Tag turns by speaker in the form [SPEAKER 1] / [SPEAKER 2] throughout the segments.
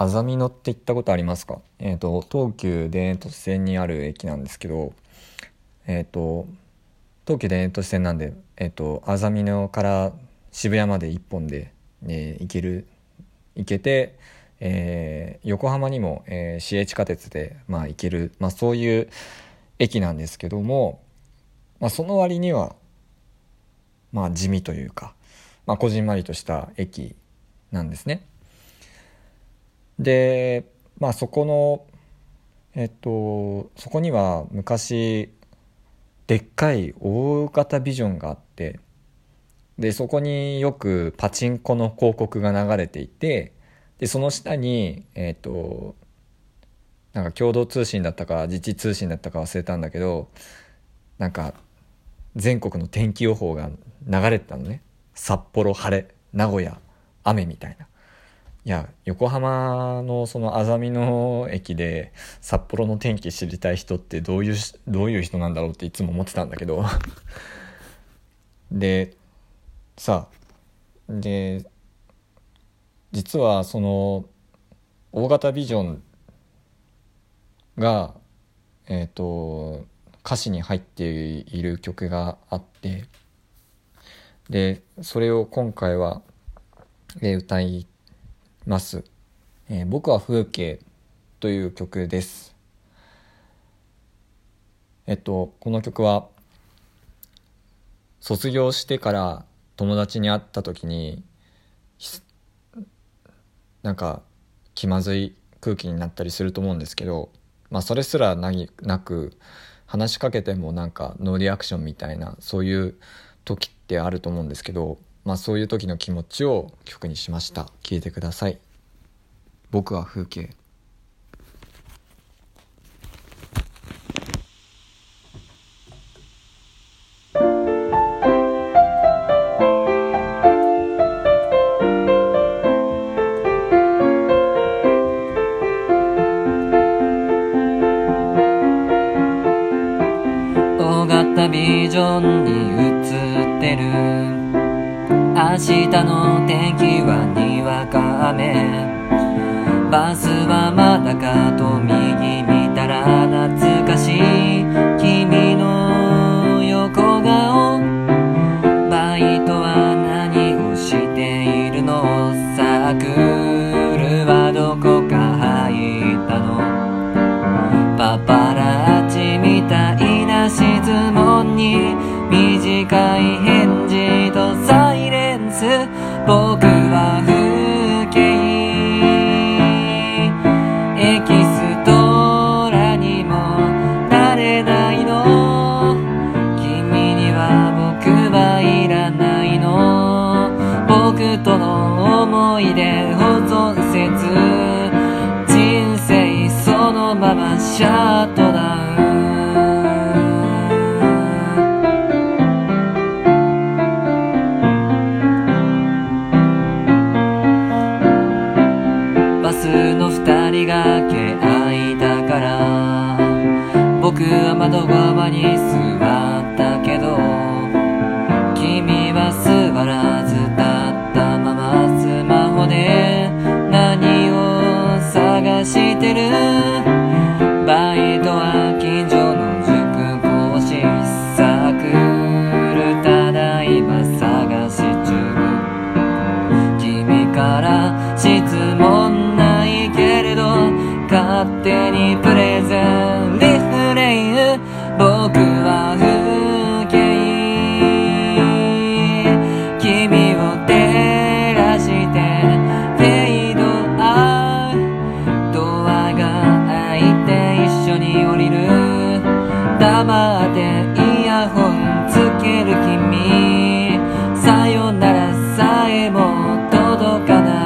[SPEAKER 1] あざみ野って行ったことありますか？東急田園都市線にある駅なんですけど、東急田園都市線なんで、あざみ野から渋谷まで一本で、行けて、横浜にも、市営地下鉄で、行ける、そういう駅なんですけども、その割には、地味というか、こじんまりとした駅なんですね。で、そこの、そこには昔でっかい大型ビジョンがあって、でそこによくパチンコの広告が流れていて、でその下になんか共同通信だったか自治通信だったか忘れたんだけど、なんか全国の天気予報が流れてたのね。札幌晴れ、名古屋雨みたいな。いや、横浜のそのあざみ野駅で札幌の天気知りたい人ってどういう人なんだろうっていつも思ってたんだけどでさで実はその大型ビジョンが歌詞に入っている曲があって、でそれを今回は、歌います。僕は風景という曲です。この曲は卒業してから友達に会った時になんか気まずい空気になったりすると思うんですけど、それすらなく話しかけてもなんかノーリアクションみたいな、そういう時ってあると思うんですけど、そういう時の気持ちを曲にしました。聴いてください。僕は風景。
[SPEAKER 2] 大型ビジョンに映ってる明日の天気はにわか雨、バスはまだかと右見たら懐かしい君の横顔、バイトは何をしているの、サークルはどこか入ったの、パパラッチみたいな質問に短い返事とサイレンス、僕は風景、エキストラにもなれないの、君には僕はいらないの、僕との思い出保存せず人生そのままシャットダウン、バスの二人がけ空いたから僕は窓側に座ったけど、君は座らず立ったままスマホで何を探してる、バイトは近所の塾講師、サークルただいま探し中、君から質問ないけれど勝手にプレゼンリフレイン、僕は風景、君を照らしてフェードアウト、ドアが開いて一緒に降りる、黙ってイヤホンつける君、さよならさえも届かない、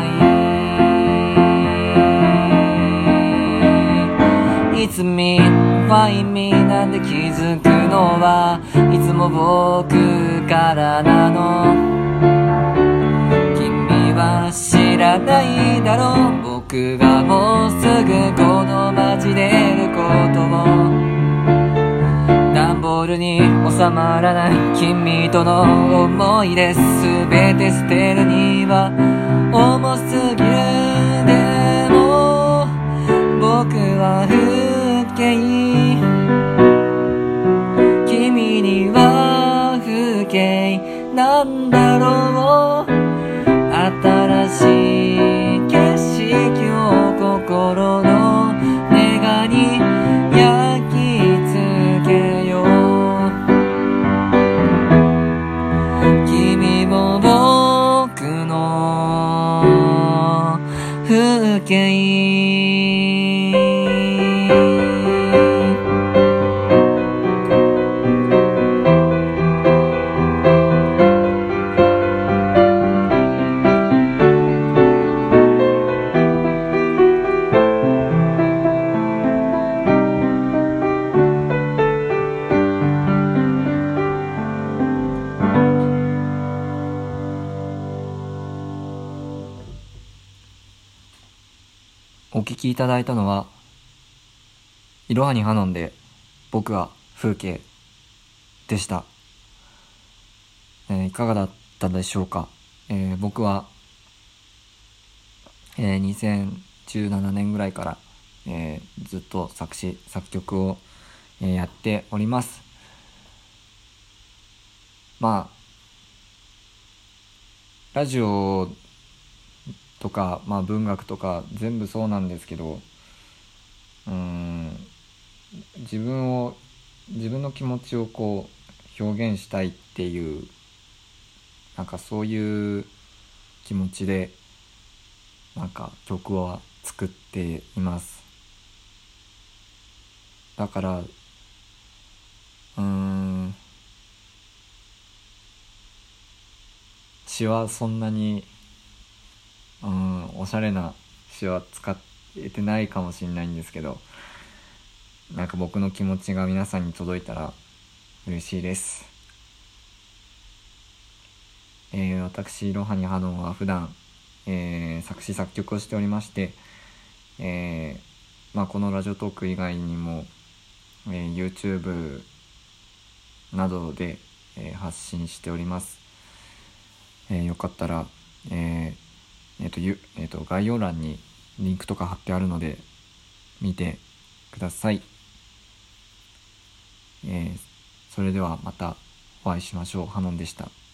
[SPEAKER 2] いつme why me なんで気づくのはいつも僕からなの、君は知らないだろう、僕がもうすぐこの街出ることを、段ボールに収まらない君との思い出、全て捨てるには重すぎる、でもの風景。お聞きいただいたのは、いろはにハノンで僕は風景でした。いかがだったでしょうか。僕は、2017年ぐらいから、ずっと作詞作曲を、やっております。まあラジオとか、文学とか全部そうなんですけど、自分の気持ちをこう表現したいっていう、そういう気持ちで曲を作っています。だから詩はそんなにおしゃれな詩は使えてないかもしれないんですけど、僕の気持ちが皆さんに届いたら嬉しいです。私いろはにハノンは普段、作詞作曲をしておりまして、このラジオトーク以外にも、YouTube などで、発信しております。よかったら、概要欄にリンクとか貼ってあるので見てください。それではまたお会いしましょう。ハノンでした。